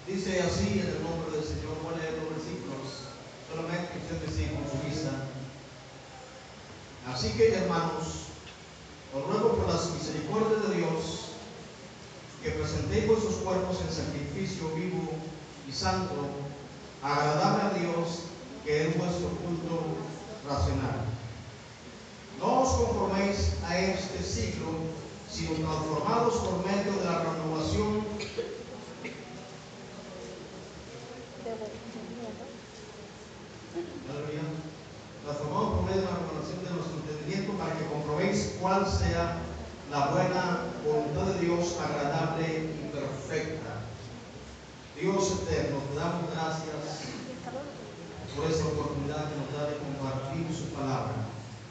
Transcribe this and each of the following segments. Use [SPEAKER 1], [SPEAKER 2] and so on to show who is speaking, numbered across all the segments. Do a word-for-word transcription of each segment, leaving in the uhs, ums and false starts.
[SPEAKER 1] Dice así en el nombre del Señor. Voy a leer los versículos, solamente que usted siga con su vista. Así que, hermanos, os ruego por las misericordias de Dios que presentéis vuestros cuerpos en sacrificio vivo y santo, agradable a Dios, que es vuestro culto racional. No os conforméis a este siglo, sino transformados por medio de la renovación Aleluya. Transformados por medio de la renovación de nuestro entendimiento, para que comprobéis cuál sea la buena voluntad de Dios, agradable y perfecta. Dios eterno, te damos gracias por esta oportunidad que nos da de compartir su palabra.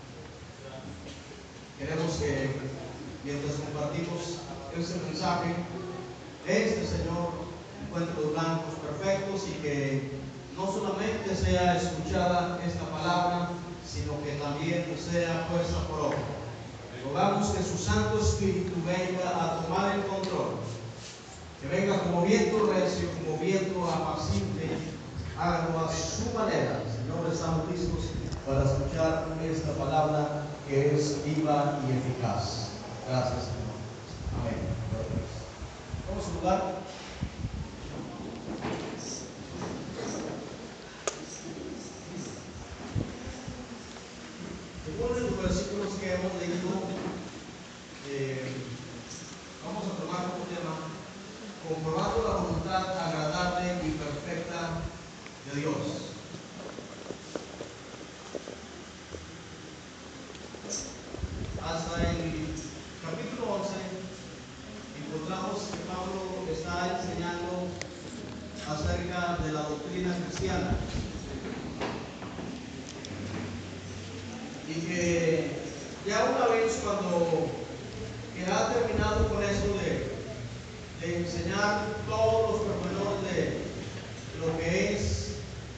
[SPEAKER 1] Queremos que mientras compartimos este mensaje, este Señor encuentre los blancos perfectos y que no solamente sea escuchada esta palabra, sino que también sea puesta por obra. Rogamos que su Santo Espíritu venga a tomar el control, que venga como viento recio, como viento apacible, hágalo a su manera. Señor, estamos listos para escuchar esta palabra que es viva y eficaz. Gracias, Señor. Amén. Vamos a jugar. Según los versículos que hemos leído, eh, vamos a tomar como tema comprobando la voluntad agradable y perfecta de Dios. Hasta el capítulo once encontramos que Pablo está enseñando acerca de la doctrina cristiana y que ya una vez cuando que ha terminado con eso de, de enseñar todos los pormenores de lo que es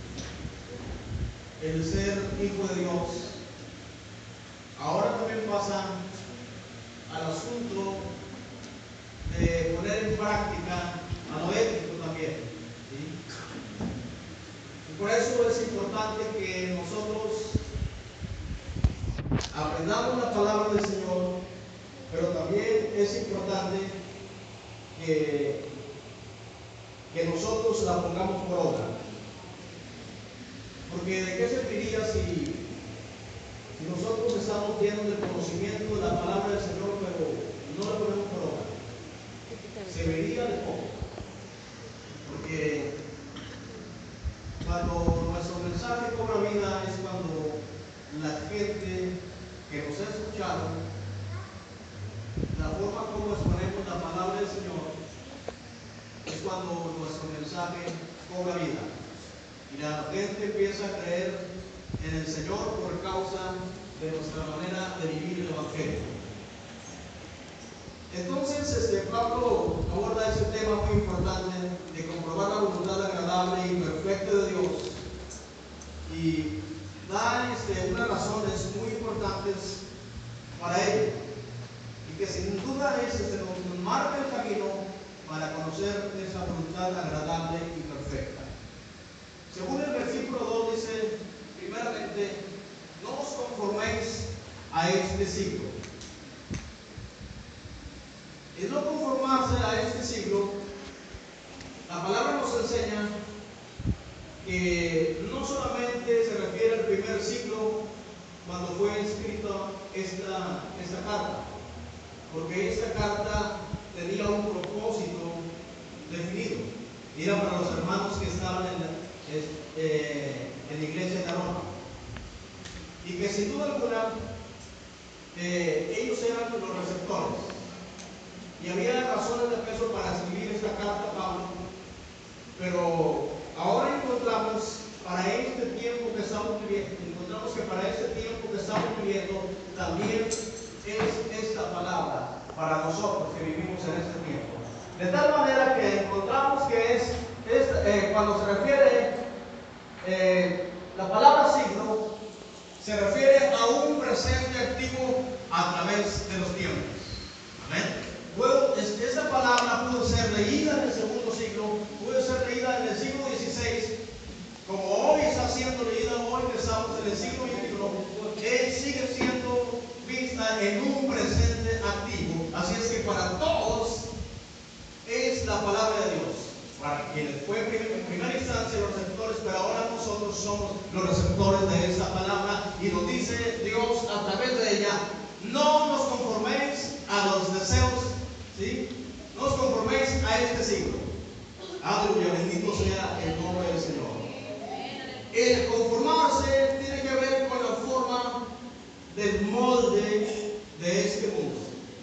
[SPEAKER 1] el ser hijo de Dios, ahora también pasa al asunto de poner en práctica a lo ético también, ¿sí? Y por eso es importante que nosotros aprendamos la palabra del Señor, pero también es importante que, que nosotros la pongamos por obra. Porque ¿de qué serviría si, si nosotros estamos llenos del conocimiento de la palabra del Señor, pero no la ponemos por obra? Serviría de poco. Porque cuando nuestro mensaje cobra vida es cuando la gente que nos ha escuchado, la forma como exponemos la palabra del Señor, es cuando nuestro mensaje cobra vida y la gente empieza a creer en el Señor por causa de nuestra manera de vivir el Evangelio. Entonces este, Pablo aborda ese tema muy importante de comprobar la voluntad agradable y perfecta de Dios, y da este, unas razones muy importantes para ello, y que sin duda es, este, nos marca el camino para conocer esa voluntad agradable y perfecta. Según el versículo dos dice, primeramente, no os conforméis a este siglo. El no conformarse a este siglo, la palabra nos enseña que no solamente se refiere al primer siglo cuando fue escrita esta, esta carta, porque esta carta tenía un propósito definido, era para los hermanos que estaban en la, eh, en la iglesia de Roma, y que sin duda alguna eh, ellos eran los receptores, y había razones de peso para escribir esta carta a Pablo, pero ahora encontramos para este tiempo que estamos viviendo, encontramos que para este tiempo que estamos viviendo también es esta palabra para nosotros que vivimos en este tiempo. De tal manera que encontramos que es, es eh, cuando se refiere eh, la palabra siglo, se refiere a un presente activo a través de los tiempos. Amén. Bueno, esta palabra pudo ser leída en el segundo siglo, pudo ser leída para quienes fue en primera instancia los receptores, pero ahora nosotros somos los receptores de esta palabra, y nos dice Dios a través de ella: no nos conforméis a los deseos, ¿sí? No os conforméis a este siglo. Aleluya, bendito sea el nombre del Señor. El conformarse tiene que ver con la forma del molde de este mundo.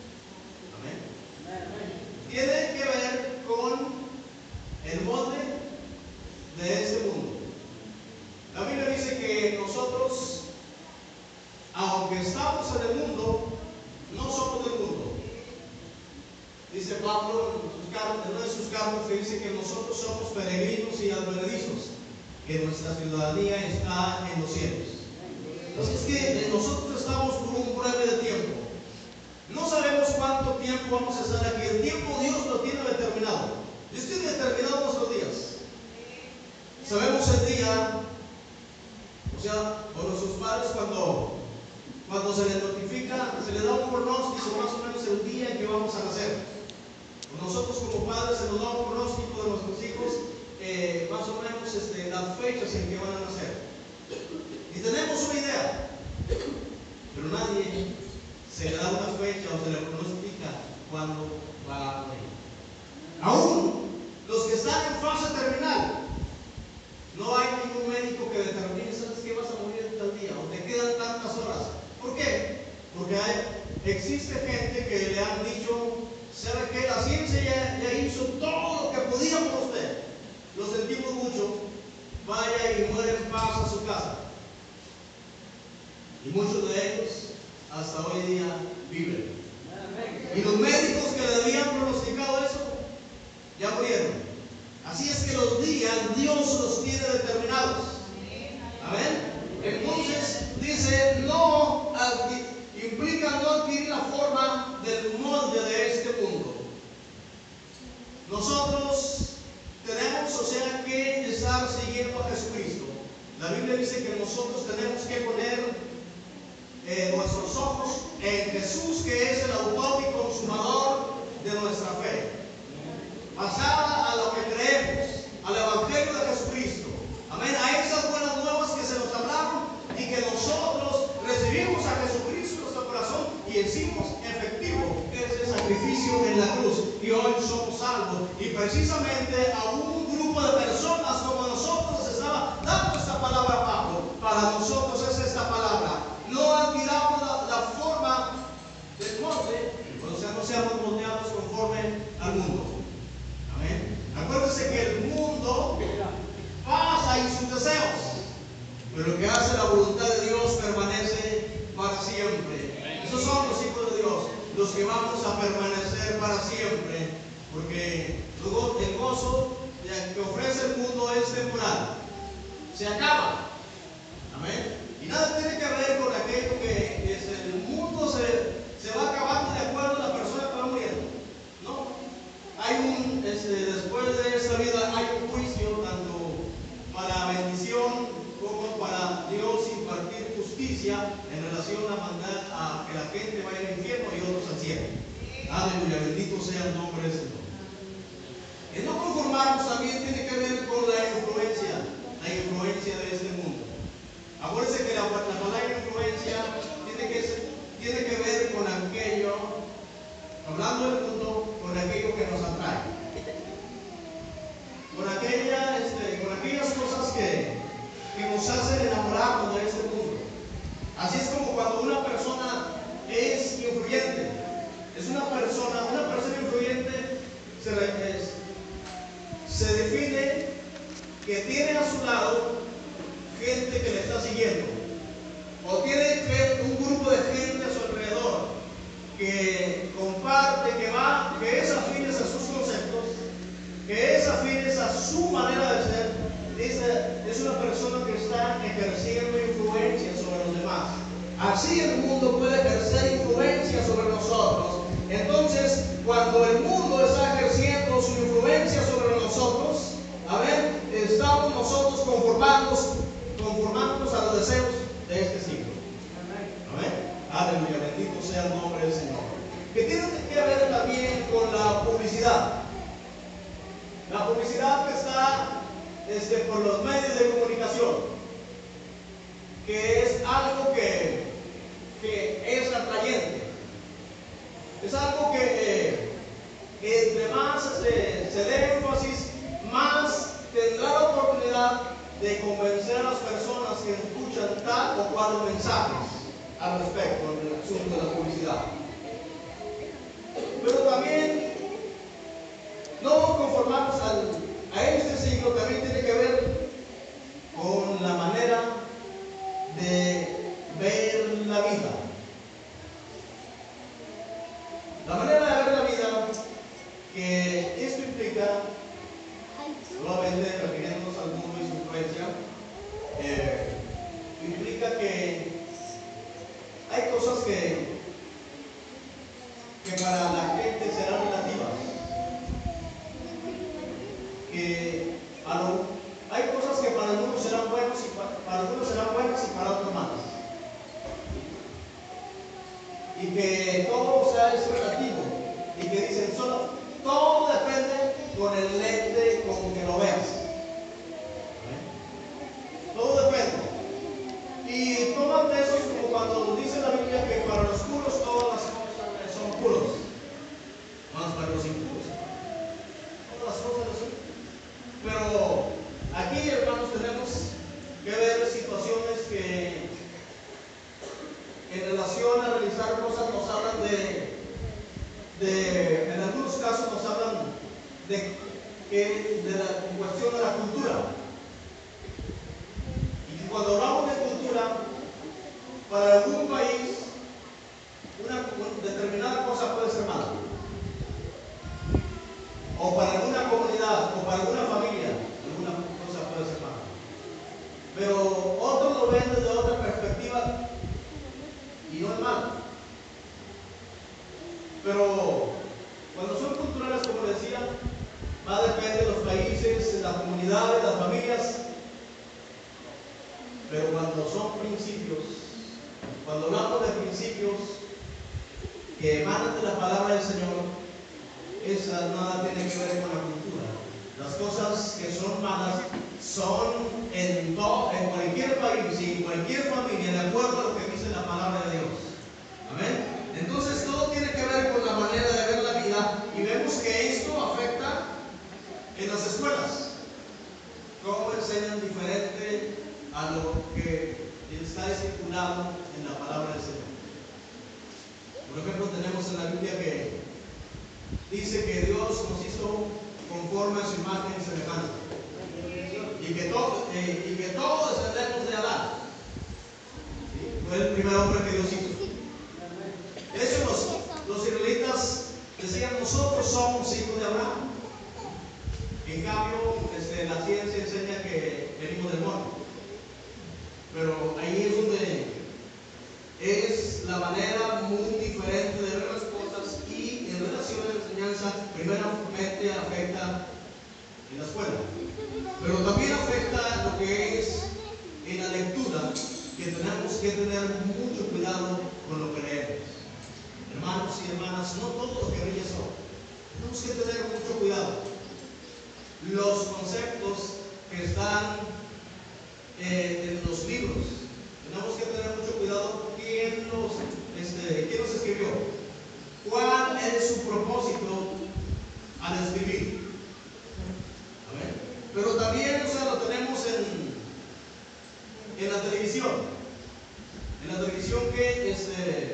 [SPEAKER 1] Amén. Tiene que ver con el molde de este mundo. La Biblia dice que nosotros, aunque estamos en el mundo, no somos del mundo. Dice Pablo en una de sus cartas, que dice que nosotros somos peregrinos y advenedizos, que nuestra ciudadanía está en los cielos. Así es que nosotros estamos por un breve de tiempo. No sabemos cuánto tiempo vamos a estar aquí. El tiempo Dios lo tiene determinado. Dios tiene determinado nuestros días. Sabemos el día, o sea, por nuestros padres, cuando, cuando se les notifica, se les da un pronóstico más o menos el día en que vamos a nacer. Nosotros como padres se nos da un pronóstico de nuestros hijos, eh, más o menos este, las fechas en que van a nacer. Y tenemos una idea, pero nadie se le da una fecha o se le pronostica cuándo va a morir. Aún los que están en fase terminal, no hay ningún médico que determine: ¿sabes qué? Vas a morir en tal día, o te quedan tantas horas. ¿Por qué? Porque hay, existe gente que le han dicho: ¿sabe qué? La ciencia ya, ya hizo todo lo que podía por usted. Lo sentimos mucho. Vaya y muere en paz a su casa. Y muchos de ellos hasta hoy día viven. Y los médicos que le habían pronosticado eso ya murieron. Así es que los días Dios los tiene determinados. Amén. Entonces dice: no implica no adquirir la forma del molde de este mundo. Nosotros tenemos, o sea, que estar siguiendo a Jesucristo. La Biblia dice que nosotros tenemos que poner eh, nuestros ojos en Jesús, que es el autor y consumador de nuestra fe, basada a lo que creemos, al Evangelio de Jesucristo. Amén. A esas buenas nuevas que se nos hablaron y que nosotros recibimos a Jesucristo en nuestro corazón y hicimos efectivo ese sacrificio en la cruz, y hoy somos salvos. Y precisamente a un grupo de personas como nosotros les estaba dando esta palabra Pablo. Para nosotros es esta palabra: no admiramos la, la forma del molde, o sea, no seamos moldeados conforme al mundo. Amén. Acuérdense que el mundo pasa y sus deseos, pero lo que hace la voluntad de Dios permanece para siempre. Esos son los hijos de Dios, los que vamos a permanecer para siempre, porque luego el gozo que ofrece el mundo es temporal, se acaba. Amén. Y nada tiene que ver con aquello que es el mundo se, se va acabando de acuerdo a la persona que va muriendo. No, hay un este, después de esta vida hay un juicio, tanto para bendición como para Dios impartir justicia en relación a mandar a que la gente vaya al infierno y otros al cielo. Aleluya, bendito sea el nombre del Señor. El no conformarnos también tiene que ver con la influencia, la influencia de este mundo. Acuérdense que la, la palabra influencia tiene que, ser, tiene que ver con aquello, hablando del mundo, con aquello que nos atrae, con, aquella, este, con aquellas cosas que, que nos hacen enamorarnos de este mundo. Así es como cuando una persona es influyente, es una persona, una persona influyente se, es, se define que tiene a su lado gente que le está siguiendo, o tiene un grupo de gente a su alrededor que comparte, que va, que es afines a sus conceptos, que es afines a su manera de ser. Es, es una persona que está ejerciendo influencia sobre los demás. Así el mundo puede ejercer influencia sobre nosotros. Entonces, cuando el mundo está ejerciendo su influencia sobre nosotros, a ver, estamos nosotros conformándonos, conformándonos a los deseos de este siglo. Amén. Aleluya, bendito sea el nombre del Señor. Que tiene que ver también con la publicidad. La publicidad que está este, por los medios de comunicación, que es algo que, que es atrayente, es algo que, eh, que entre más se, se dé énfasis, más tendrá la oportunidad de convencer a las personas que escuchan tal o cual mensajes al respecto del asunto de la publicidad. Pero también no conformarnos al, a este siglo, también tiene que ver con la manera de ver la vida. La manera de ver la vida, que esto implica, nuevamente refiriéndonos al mundo y su influencia, eh, implica que hay cosas que, que para la gente serán relativas, que a lo, hay cosas que para algunos serán buenas y para, para algunos serán buenas y para otros malas, y que todo, o sea, es relativo, y que dicen solo todo depende con el lente con que lo veas. ¿Eh? Todo depende. Y toman de esos como cuando dice la Biblia que para los puros todas las cosas son puros, más para los impuros. Todas las cosas son. Pero aquí, hermanos, tenemos que ver situaciones que en relación a realizar cosas nos hablan de, de en algunos casos nos hablan de, que, de la en cuestión de la cultura. Y cuando hablamos de cultura, para algún país, una determinada cosa puede ser mala. O para alguna comunidad, o para alguna familia, alguna cosa puede ser mala. Pero otros lo ven desde otra perspectiva y no es malo. Pero cuando son culturales, como decía, va a depender de los países, las comunidades, las familias. Pero cuando son principios, cuando hablamos de principios que emanan de la palabra del Señor, esa nada tiene que ver con la cultura. Las cosas que son malas son en, todo, en cualquier país y en cualquier familia, de acuerdo a lo que dice la palabra de Dios. Amén. Entonces todo tiene que ver con la manera de ver la vida, y vemos que esto afecta en las escuelas. Cómo enseñan diferente a lo que está estipulado en la palabra del Señor. Por ejemplo, tenemos en la Biblia que dice que Dios nos hizo conforme a su imagen y semejanza, y que todos eh, y que todos descendemos de Adán. ¿Sí? Fue el primer hombre que Dios hizo. De hecho, los, los israelitas decían: nosotros somos hijos de Abraham. En cambio, este, la ciencia enseña que venimos del mono. Pero ahí es donde es la manera muy diferente de ver las cosas, y en relación a la enseñanza, primeramente afecta en la escuela, pero también afecta lo que es en la lectura, que tenemos que tener mucho cuidado con lo que leemos. Hermanos y hermanas, no todo lo que brilla es oro. Tenemos que tener mucho cuidado. Los conceptos que están eh, en los libros, tenemos que tener mucho cuidado quién los, este, quién los escribió, cuál es su propósito al escribir. Amén. Pero también, o sea, lo tenemos en, en la televisión. En la televisión que este,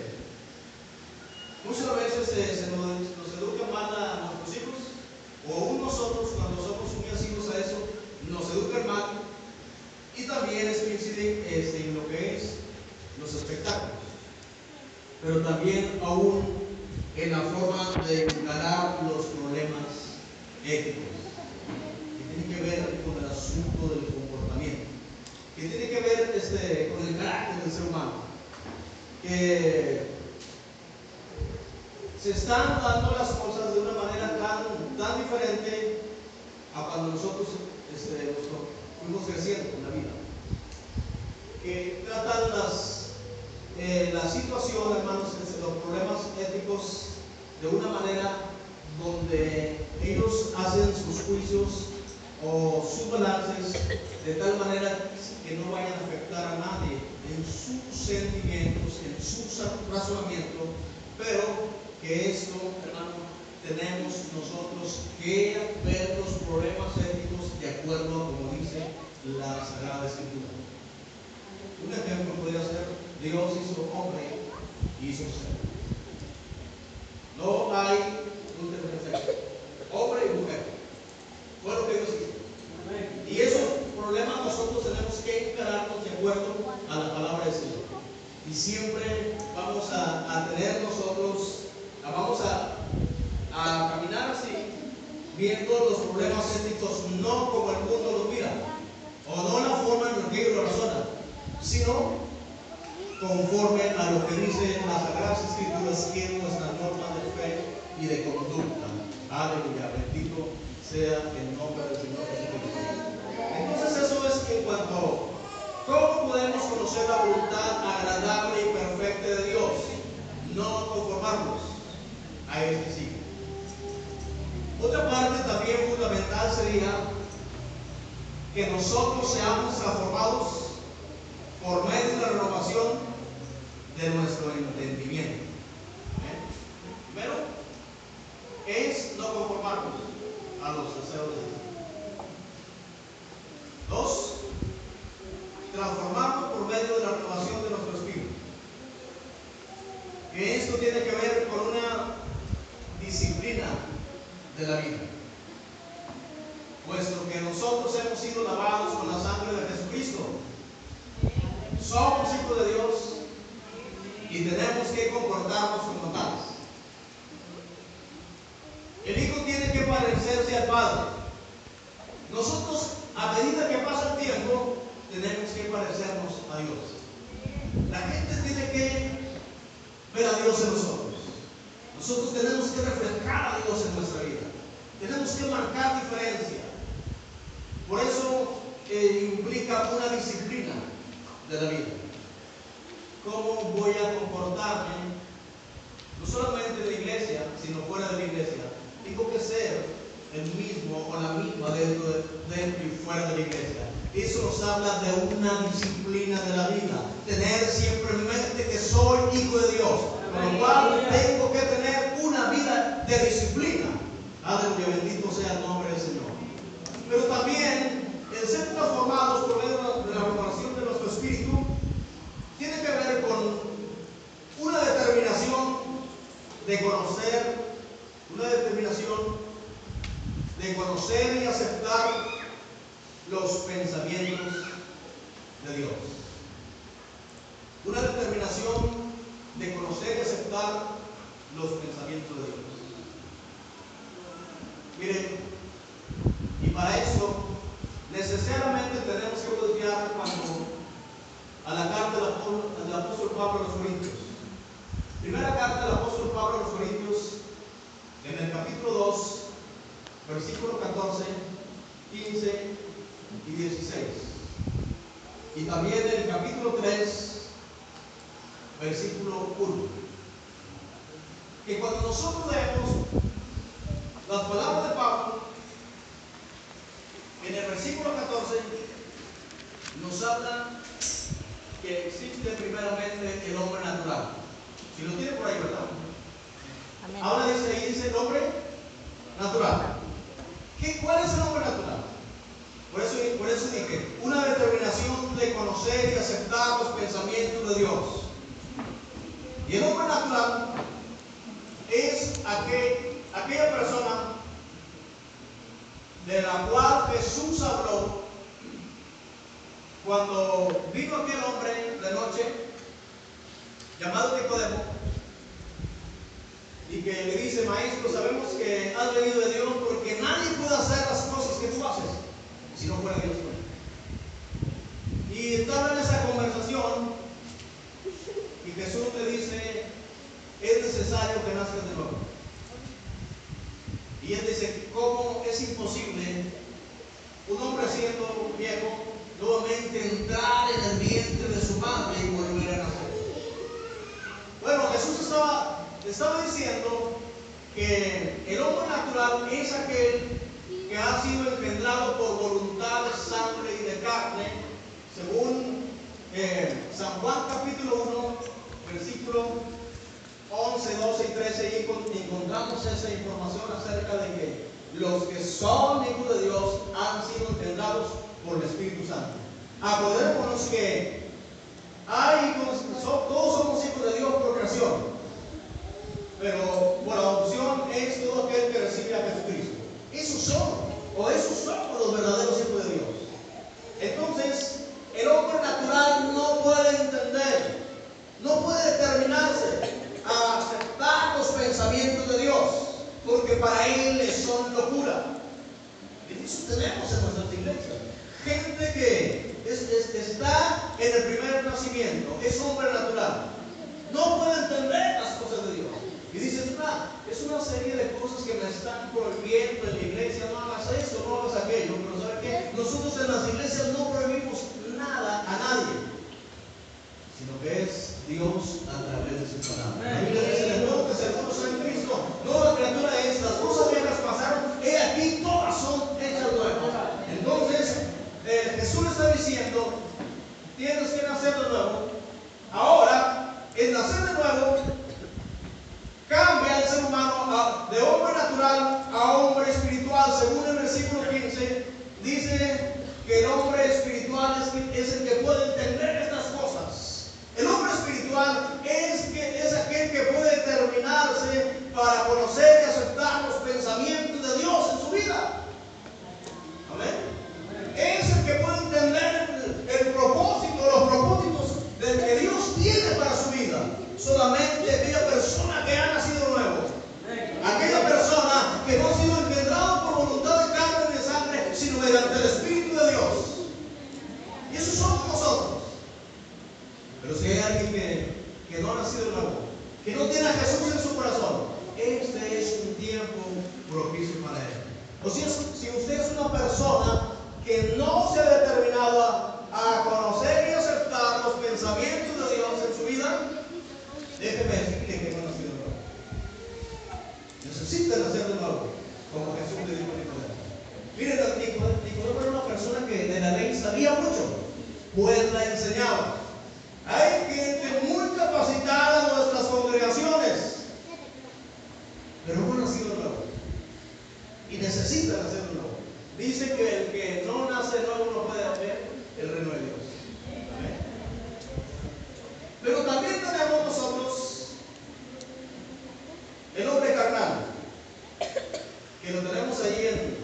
[SPEAKER 1] muchas veces eh, se nos, nos educa mal a nuestros hijos, o aún nosotros, cuando somos muy asiduos a eso, nos educan mal. Y también esto incide este, en lo que es los espectáculos, pero también aún en la forma de encarar los problemas éticos, que tiene que ver con el asunto del comportamiento, que tiene que ver este, con el carácter del ser humano, que se están dando las cosas de una manera tan, tan diferente a cuando nosotros este, fuimos creciendo en la vida, que tratan las, eh, la situación, hermanos, los problemas éticos de una manera donde ellos hacen sus juicios o sus balances de tal manera que no vayan a afectar a nadie en sus sentimientos, en su razonamiento, pero que esto, hermano, tenemos nosotros que ver los problemas éticos de acuerdo a como dice la Sagrada Escritura. Un ejemplo podría ser: Dios hizo hombre y hizo ser. No hay un defecto, hombre y mujer. Fue lo que Dios hizo. Y esos problemas nosotros tenemos que encararnos de acuerdo a la palabra del Señor. Y siempre vamos a, a tener nosotros, a, vamos a, a caminar así, viendo los problemas éticos no como el mundo los mira, o no la forma en la que ellos lo razonan, sino conforme a lo que dicen las Sagradas Escrituras, que es nuestra norma de fe y de conducta. Aleluya, bendito sea el nombre del Señor Jesucristo. Entonces eso es en cuanto a cómo podemos conocer la voluntad agradable y perfecta de Dios. No conformarnos a este siglo. Otra parte también fundamental sería que nosotros seamos transformados por medio de la renovación de nuestro entendimiento. ¿Eh? Primero es no conformarnos a los deseos de Dios. Dos, transformarnos por medio de la renovación de nuestro espíritu. Que esto tiene que ver con una disciplina de la vida. Puesto que nosotros hemos sido lavados con la sangre de Jesucristo, somos hijos de Dios y tenemos que comportarnos como tales. El hijo tiene que parecerse al padre. Nosotros, a medida que pasa el tiempo, tenemos que parecernos a Dios. La gente tiene que ver a Dios en nosotros. Nosotros tenemos que reflejar a Dios en nuestra vida. Tenemos que marcar diferencia. Por eso eh, implica una disciplina de la vida. ¿Cómo voy a comportarme? No solamente en la iglesia, sino fuera de la iglesia. Tengo que ser el mismo o la misma dentro, de, dentro y fuera de la iglesia. Eso nos habla de una disciplina de la vida. Tener siempre en mente que soy hijo de Dios. Con lo cual tengo que tener una vida de disciplina. Aleluya, bendito sea el nombre del Señor. Pero también el ser transformados por medio de la renovación de nuestro espíritu tiene que ver con una determinación de conocer, una determinación de conocer y aceptar los pensamientos de Dios. Una determinación de conocer y aceptar los pensamientos de Dios. Miren, y para eso necesariamente tenemos que voltear cuando a la carta del apóstol, del apóstol Pablo a los Corintios. Primera carta del apóstol Pablo a los Corintios, en el capítulo dos, versículo catorce, quince y dieciséis. Y también en el capítulo tres, versículo uno. Que cuando nosotros leemos las palabras de Pablo, en el versículo catorce nos habla que existe primeramente el hombre natural. Si lo tiene por ahí, ¿verdad? Amén. Ahora dice ahí, dice el hombre natural. ¿Qué, ¿Cuál es el hombre natural? Por eso, por eso dije, una determinación de conocer y aceptar los pensamientos de Dios. Y el hombre natural es aquel, aquella persona de la cual Jesús habló cuando vino aquel hombre de noche llamado Nicodemo y que le dice: maestro, sabemos que has venido de Dios, porque nadie puede hacer las cosas que tú haces si no fuera Dios. Y estaba en esa conversación y Jesús le dice: es necesario que nazcas de nuevo. Y él dice: ¿cómo es imposible un hombre siendo viejo nuevamente entrar en el vientre de su madre y volver a nacer? Bueno, Jesús estaba, estaba diciendo que el hombre natural es aquel que ha sido engendrado por voluntad de sangre y de carne, según eh, San Juan capítulo uno, versículo once, doce y trece, y encontramos esa información acerca de que los que son hijos de Dios han sido engendrados por el Espíritu Santo. Acordémonos que hay hijos, son, todos somos hijos de Dios por creación, pero por adopción es todo aquel que recibe a Jesucristo. Esos son, o esos somos los verdaderos hijos de Dios. Entonces, el hombre natural no puede entender, no puede determinarse a aceptar los pensamientos de Dios, porque para él les son locura. Y eso tenemos en nuestras iglesias. Gente que es, es, está en el primer nacimiento, es hombre natural, no puede entender las cosas de Dios. Y dices, ah, es una serie de cosas que me están prohibiendo en la iglesia, no hagas esto, no hagas aquello. Pero ¿sabe qué? Nosotros en las iglesias no prohibimos nada a nadie, sino que es Dios a través de su palabra. La Biblia dice, de nuevo que según en Cristo, nueva criatura es, las cosas viejas pasaron, he aquí todas son hechas nuevas. Entonces, eh, Jesús le está diciendo, tienes que nacer de nuevo. Ahora, el nacer de nuevo cambia al ser humano a, de hombre natural a hombre espiritual. Según el versículo quince, dice que el hombre espiritual es, es el que puede entender estas cosas. El hombre espiritual es, que, es aquel que puede determinarse para conocer y aceptar los pensamientos de Dios en su vida. Amén. Es el que puede entender el, el propósito, los propósitos del que Dios tiene para su vida. Solamente aquella persona que ha nacido nuevo, aquella persona que no ha sido engendrado por voluntad de carne y de sangre, sino mediante el Espíritu de Dios. Y eso somos nosotros. Pero si hay alguien que, que no ha nacido nuevo, que no tiene a Jesús en su corazón, este es un tiempo propicio para él. O si, es, si usted es una persona que no se ha determinado a, a conocer y aceptar los pensamientos de Dios en su vida, déjeme decirle que no ha nacido de nuevo. Necesita nacer de nuevo, como Jesús le dijo a Nicodemo. Miren, Nicodemo era una persona que de la ley sabía mucho, pues la enseñaba. Hay gente muy capacitada en nuestras congregaciones, pero no ha nacido de nuevo y necesita nacer de nuevo. Dice que el que no nace de nuevo no puede ver el reino de Dios. ¿Amén? Pero también tenemos nosotros el hombre carnal, que lo tenemos ahí en,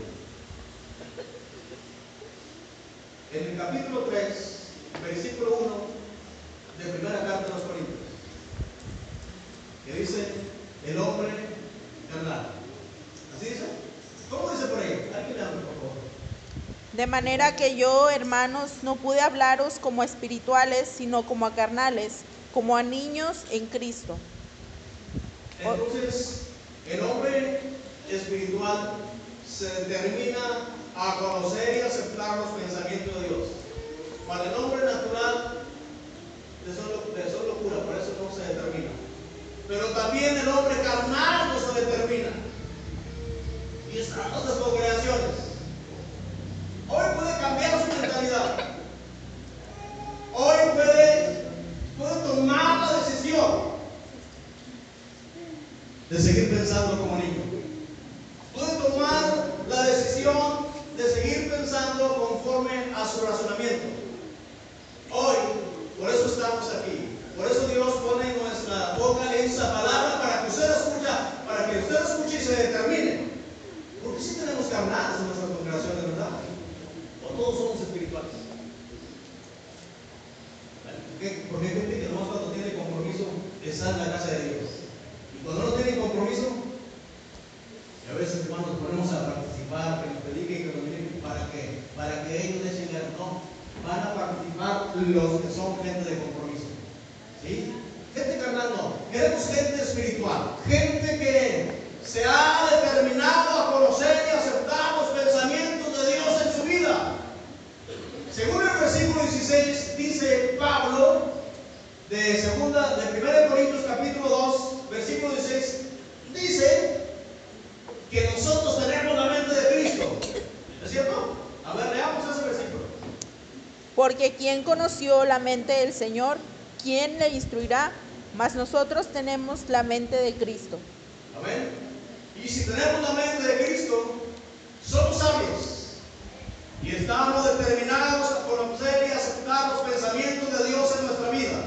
[SPEAKER 1] en el capítulo tres, versículo uno de primera carta de los Corintios, que dice el hombre carnal. ¿Así dice? ¿Cómo dice por ahí? ¿Alguien me habla, por favor?
[SPEAKER 2] De manera que yo, hermanos, no pude hablaros como a espirituales, sino como a carnales, como a niños en Cristo.
[SPEAKER 1] Entonces, el hombre espiritual se determina a conocer y aceptar los pensamientos de Dios. Para el hombre natural, de son locura, por eso no se determina. Pero también el hombre carnal no se determina. Y están en las congregaciones. Hoy puede cambiar su mentalidad. Hoy puede, puede tomar la decisión de seguir pensando como niño. Puede tomar la decisión de seguir pensando conforme a su razonamiento. Hoy, por eso estamos aquí. Por eso Dios pone en nuestra boca esa palabra para que usted escucha, para que usted escuche y se determine. Porque si sí tenemos carnales en nuestras congregaciones, ¿verdad? O todos somos espirituales. Porque hay gente que nomás cuando tiene compromiso está en la casa de Dios. Y cuando no tiene compromiso, y a veces, hermanos, nos ponemos a participar, que nos prediquen, que nos miren, para que, para que ellos deciden, no, van a participar los que son gente de compromiso. ¿Sí? Gente carnal no, queremos gente espiritual, gente que se ha determinado a conocer y aceptar los pensamientos de Dios en su vida. Según el versículo dieciséis, dice Pablo, de segunda, de primera de Corintios capítulo dos, versículo dieciséis, dice cierto? A ver, leamos ese versículo.
[SPEAKER 2] Porque ¿quién conoció la mente del Señor? ¿Quién le instruirá? Mas nosotros tenemos la mente de Cristo.
[SPEAKER 1] Amén. Y si tenemos la mente de Cristo, somos sabios. Y estamos determinados a conocer y aceptar los pensamientos de Dios en nuestra vida.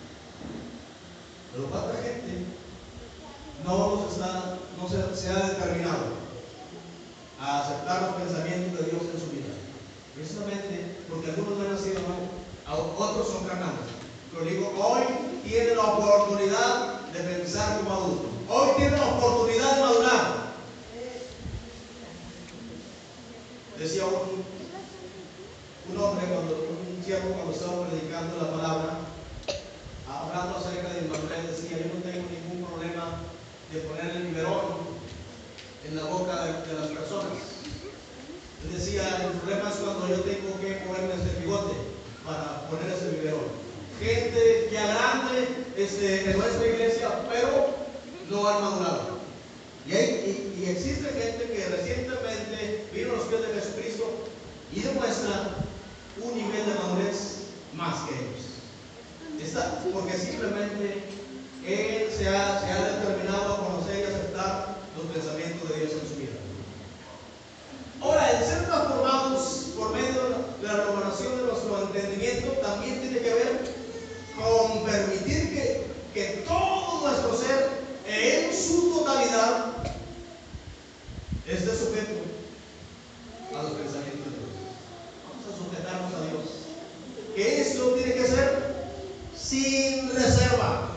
[SPEAKER 1] Pero cuánta gente no, los está, no se, se ha determinado a aceptar los pensamientos de Dios en su vida. Precisamente porque algunos no han nacido nuevos, otros son carnales. Pero digo, hoy tiene la oportunidad de pensar como adulto. Hoy tiene la oportunidad de madurar. Decía un, un hombre, cuando, un siervo cuando estaba predicando la palabra, hablando acerca de inmadurez, decía, yo no tengo ningún problema de poner el biberón en la boca de, de las personas. Él decía, el problema es cuando yo tengo que ponerme este bigote para poner ese biberón. Gente ya grande este, en nuestra iglesia, pero no han madurado. Y, hay, y, y existe gente que recientemente vino a los pies de Jesucristo y demuestra un nivel de madurez más que ellos. Está, porque simplemente él se ha, se ha determinado a conocer y aceptar los pensamientos de Dios en su vida. Ahora, el ser transformados por medio de la renovación de nuestro entendimiento también tiene que ver con permitir que, que todo nuestro ser en su totalidad esté sujeto a los pensamientos de Dios. Vamos a sujetarnos a Dios. Que esto tiene que ser sin reserva.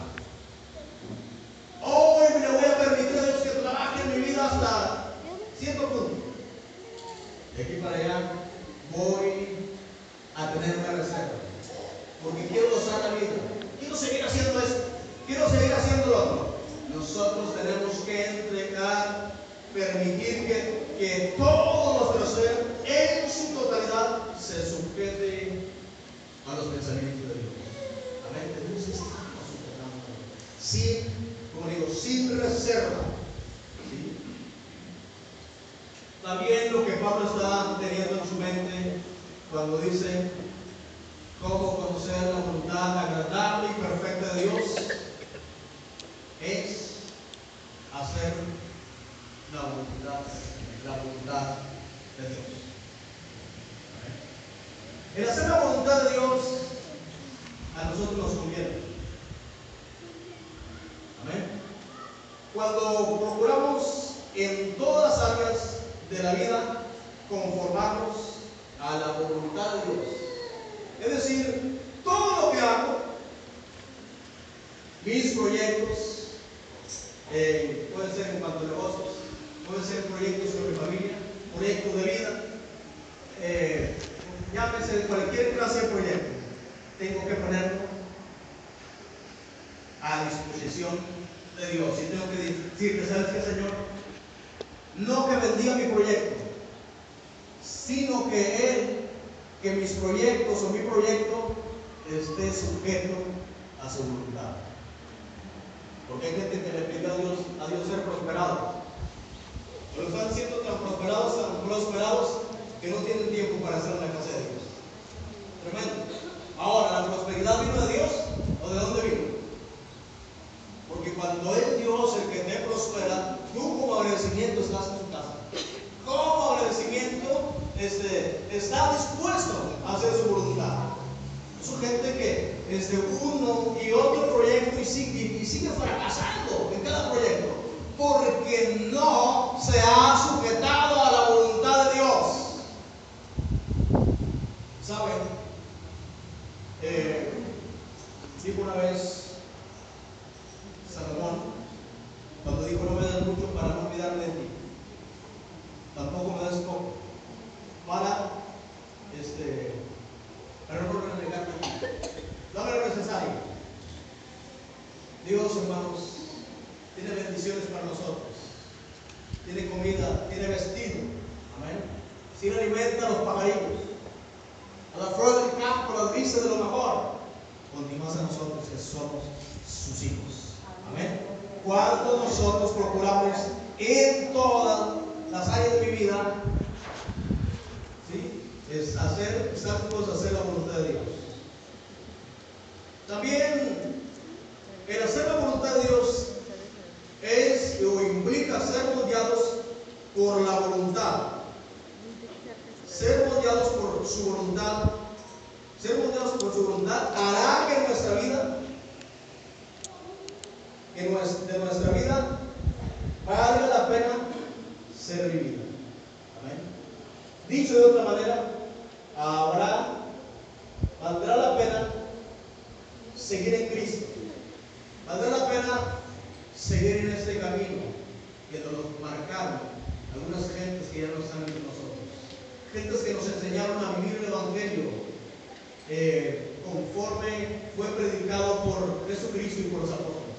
[SPEAKER 1] Hoy le voy a permitir a Dios que trabaje en mi vida hasta cierto punto. De aquí para allá voy a tener una reserva. Porque quiero gozar la vida. Quiero seguir haciendo esto. Quiero seguir haciendo lo otro. Nosotros tenemos que entregar, permitir que, que todo nuestro ser en su totalidad se sujete a los pensamientos de Dios. Amén. Entonces estamos sujetando. Sin, como digo, sin reserva. ¿Sí? También lo que Pablo está teniendo en su mente cuando dice cómo conocer la voluntad agradable y perfecta de Dios es hacer la voluntad, la voluntad de Dios. ¿Amén? El hacer la voluntad de Dios a nosotros nos conviene. Amén. Cuando procuramos en todas las áreas de la vida conformarnos a la voluntad de Dios, es decir, todo lo que hago, mis proyectos, eh, pueden ser en cuanto a negocios, pueden ser proyectos sobre mi familia, proyectos de vida, eh, llámese cualquier clase de proyecto, tengo que ponerlo a disposición de Dios. Y tengo que decirle, ¿sabes qué, Señor? No que bendiga mi proyecto, sino que Él, que mis proyectos o mi proyecto esté sujeto a su voluntad. Porque hay gente que le pide a Dios, a Dios ser prosperados, pero están siendo tan prosperados, tan prosperados que no tienen tiempo para estar en la casa de Dios. Tremendo. Ahora, ¿la prosperidad vino de Dios o de dónde vino? Porque cuando es Dios el que te prospera, tú como agradecimiento estás en tu casa. Como agradecimiento este, está dispuesto a hacer su voluntad. Son gente que este, uno y otro proyecto y sigue, y sigue fracasando en cada proyecto porque no se ha sujetado a la voluntad de Dios. ¿Saben? Eh, dijo una vez Salomón, cuando dijo: no me des mucho para no olvidarme de ti, tampoco me des poco para este para no renegarte de ti. Dame lo necesario. Dios, hermanos, tiene bendiciones para nosotros, tiene comida, tiene vestido, amén. Si no alimenta a los pajaritos, a las flores del campo, las vistas de lo mejor, continúa a nosotros que somos sus hijos, amén. Cuando nosotros procuramos en todas las áreas de mi vida es hacer, estar dispuestos a hacer la voluntad de Dios. También el hacer la voluntad de Dios es o implica ser moldeados por la voluntad. Ser moldeados por su voluntad. Ser moldeados por su voluntad hará que nuestra vida, que de nuestra vida valga la pena ser vivida. Amén. Dicho de otra manera, habrá, valdrá la pena seguir en Cristo. Valdrá la pena seguir en este camino que nos marcaron algunas gentes que ya no están entre nosotros. Gentes que nos enseñaron a vivir el Evangelio eh, conforme fue predicado por Jesucristo y por los apóstoles.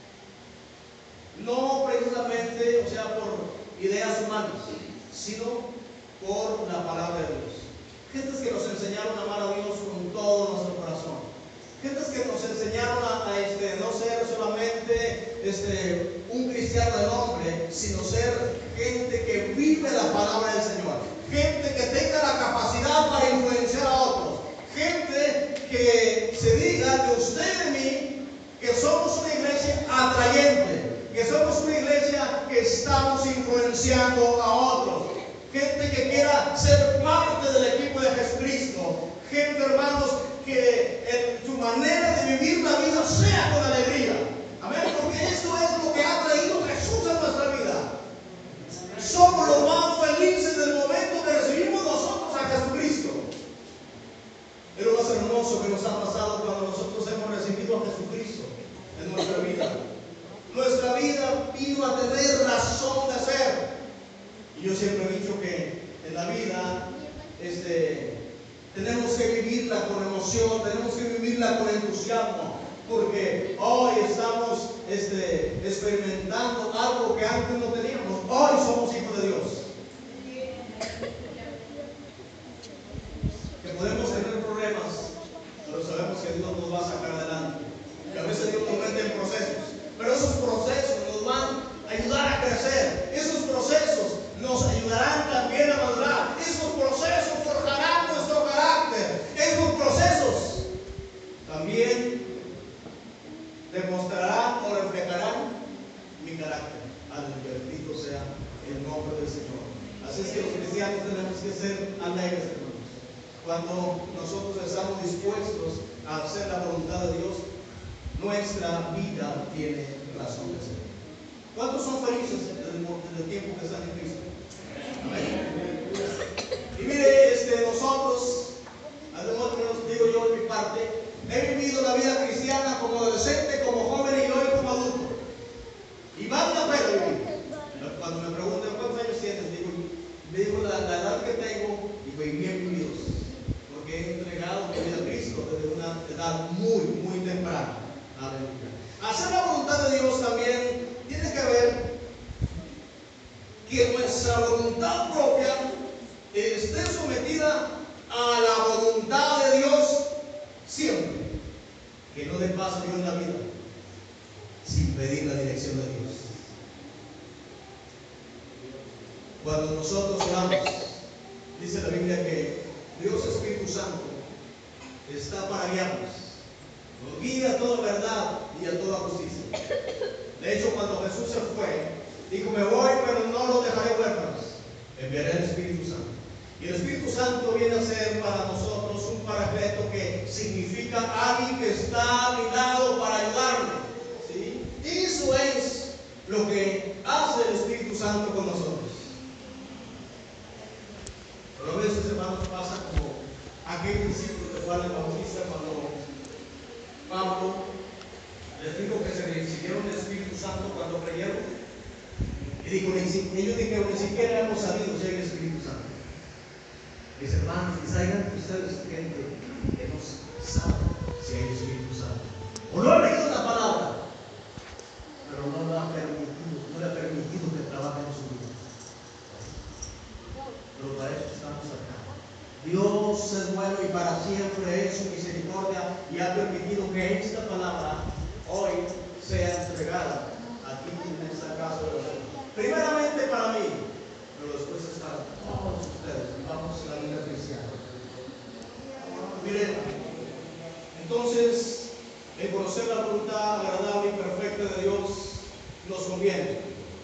[SPEAKER 1] No precisamente, o sea, por ideas humanas, sino por la palabra de Dios. Gentes que nos enseñaron a amar a Dios con todo nuestro corazón. Gentes que nos enseñaron a, a este, no ser solamente este, un cristiano de nombre, sino ser gente que vive la palabra del Señor. Gente que tenga la capacidad para influenciar a otros. Gente que se diga de usted y de mí que somos una iglesia atrayente, que somos una iglesia que estamos influenciando a otros. Gente que quiera ser parte del equipo de Jesucristo. Gente, hermanos, que en su manera de vivir la vida sea con alegría. Amén, porque esto es lo que ha traído Jesús a nuestra vida. Somos los más felices del momento que recibimos nosotros a Jesucristo. Es lo más hermoso que nos ha pasado cuando nosotros hemos recibido a Jesucristo en nuestra vida. Nuestra vida vino a tener razón de ser. Y yo siempre he dicho que en la vida este, tenemos que vivirla con emoción, tenemos que vivirla con entusiasmo, porque hoy estamos este, experimentando algo que antes no teníamos. Hoy somos hijos de Dios. Que podemos tener problemas, pero sabemos que Dios nos va a sacar adelante. Que a veces Dios nos mete en procesos, pero esos procesos nos van a ayudar a crecer. Esos procesos nos ayudarán también a madurar. Esos procesos forjarán nuestro carácter. Esos procesos también demostrarán o reflejarán mi carácter. Aleluya, bendito sea el nombre del Señor. Así es que los cristianos tenemos que ser alegres, hermanos. Cuando nosotros estamos dispuestos a hacer la voluntad de Dios, nuestra vida tiene razón de ser. ¿Cuántos son felices desde el tiempo que están en Cristo? Amén. Y mire, este, nosotros, además digo yo en mi parte, he vivido la vida cristiana como adolescente, como joven y hoy como adulto. Y vale la pena vivir. Cuando me preguntan cuántos años tienes, digo, digo la, la edad que tengo, digo, y bien vividos, porque he entregado mi vida a Cristo desde una edad muy, muy temprana. Aleluya. Hacer la voluntad de Dios también tiene que ver que nuestra voluntad propia esté sometida a la voluntad de Dios siempre. Que no le pase Dios en la vida sin pedir la dirección de Dios. Cuando nosotros oramos, dice la Biblia que Dios Espíritu Santo está para guiarnos. Nos guía a toda verdad y a toda justicia. De hecho, cuando Jesús se fue, dijo, me voy, pero no los dejaré huérfanos. Enviaré el Espíritu Santo. Y el Espíritu Santo viene a ser para nosotros un paracleto, que significa alguien que está a mi lado para ayudarme. ¿Sí? Eso es lo que hace el Espíritu Santo con nosotros. Pero a veces, hermanos, pasa como aquel discípulo de Juan el Bautista cuando Pablo les dijo que se recibieron el Espíritu Santo cuando creyeron. Y dijo, ellos dijeron, ni siquiera hemos sabido si hay el Espíritu Santo. Mis hermanos, quizá hayan ustedes gente que no sabe si hay el Espíritu Santo. O no ha leído la palabra, pero no lo ha permitido, no le ha permitido que trabaje en su vida. Pero para eso estamos acá. Dios es bueno y para siempre es su misericordia, y ha permitido que esta palabra hoy sea entregada aquí en esta casa de oración. Primeramente para mí, pero después es para todos ustedes. Vamos a la vida cristiana. respiren. Entonces, el conocer la voluntad agradable y perfecta de Dios nos conviene.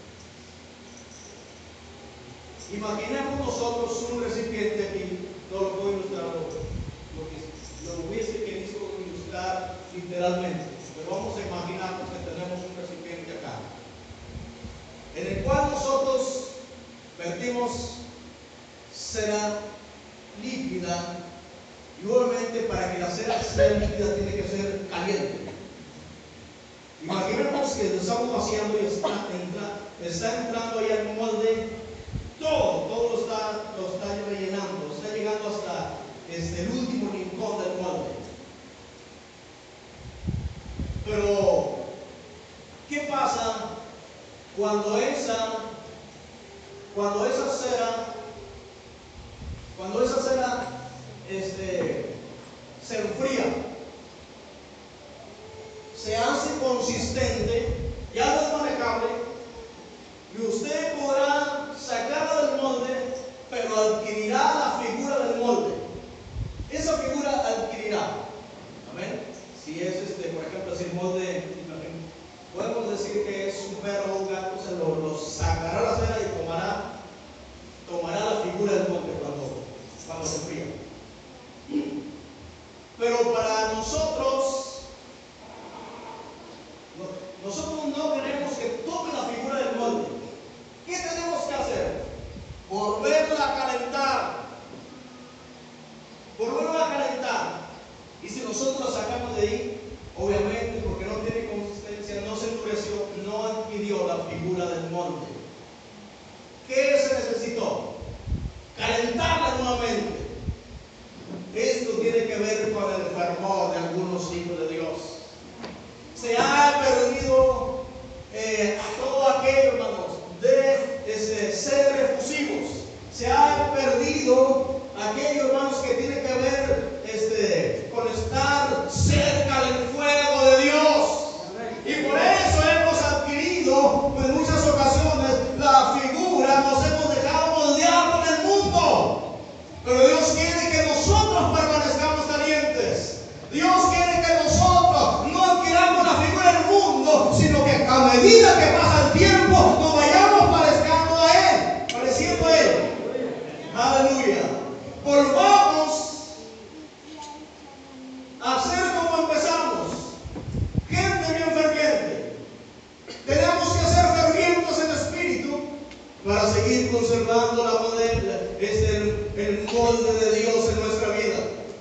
[SPEAKER 1] Imaginemos nosotros un recipiente aquí, no lo puedo ilustrar, lo, lo, lo hubiese querido ilustrar literalmente, pero vamos a imaginar que tenemos un recipiente acá, en el cual nosotros vertimos cera líquida, y obviamente para que la cera sea líquida tiene que ser caliente. Imaginemos que lo estamos vaciando y está, entra, está entrando ahí al molde. Todo, todo lo está, lo está rellenando, está llegando hasta este, el último rincón del molde. Pero, ¿qué pasa cuando esa, cuando esa cera, cuando esa cera este, se enfría, se hace consistente, ya no es manejable, y usted podrá sacarla del molde, pero adquirirá la figura del molde. Esa figura adquirirá. Amén. Si es este, por ejemplo, si el molde, podemos decir que es un perro o un gato, se lo, lo sacará la cera y tomará, tomará la figura del molde cuando, cuando se fría. Pero para nosotros, nosotros no queremos que tome la figura del molde. ¿Qué tenemos que hacer? Volverla a calentar. Volverla a calentar. Y si nosotros la sacamos de ahí, obviamente, porque no tiene consistencia, no se endureció, no adquirió la figura del molde. ¿Qué se necesitó? Calentarla nuevamente. Esto tiene que ver con el fervor de algunos hijos de Dios. Se ha perdido eh, todo aquello, hermanos, de este, ser efusivos. Se ha perdido aquello, hermanos, que tiene que ver este, con estar cerca del fuego de Dios. Y por eso hemos adquirido en muchas ocasiones la figura, nos hemos dejado moldear con el mundo. Pero Dios quiere que nosotros permanezcamos calientes. Dios quiere que nosotros no adquiramos la figura del mundo, sino que a medida que pasa el tiempo nos vayamos pareciendo a Él, pareciendo a Él. Aleluya. Volvamos a ser como empezamos. Gente bien ferviente. Tenemos que ser fervientes en espíritu para seguir conservando la modela, es el, el molde de Dios en nuestra vida.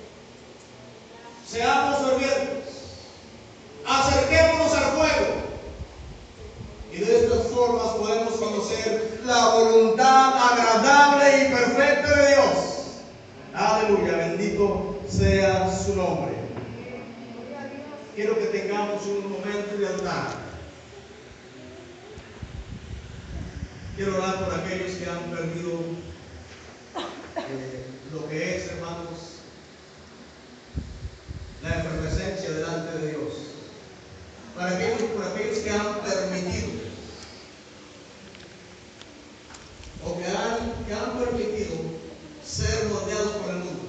[SPEAKER 1] Seamos fervientes. Acerquémonos al fuego. Y de estas formas podemos conocer la voluntad agradable y perfecta de Dios. Aleluya, bendito sea su nombre. Quiero que tengamos un momento de altar. Quiero orar por aquellos que han perdido eh, lo que es, hermanos, la efervescencia delante de Dios. Para aquellos, por aquellos que han permitido o que han, que han permitido ser moldeados por el mundo.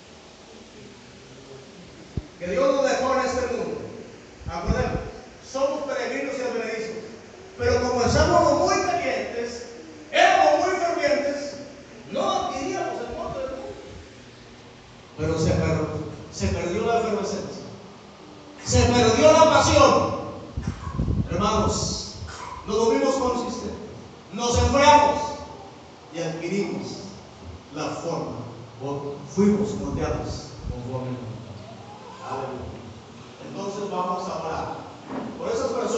[SPEAKER 1] Que Dios nos dejó en este mundo. Acordemos, somos peregrinos y advenedizos. Pero como estamos muy calientes, éramos muy fervientes, no adquiríamos el molde del mundo. Pero se, per, se perdió la efervescencia. Se perdió la pasión. Hermanos, nos volvimos consistentes. Nos enfriamos y adquirimos la forma, o fuimos moldeados conforme al mundo. Aleluya. Entonces vamos a orar por esas personas.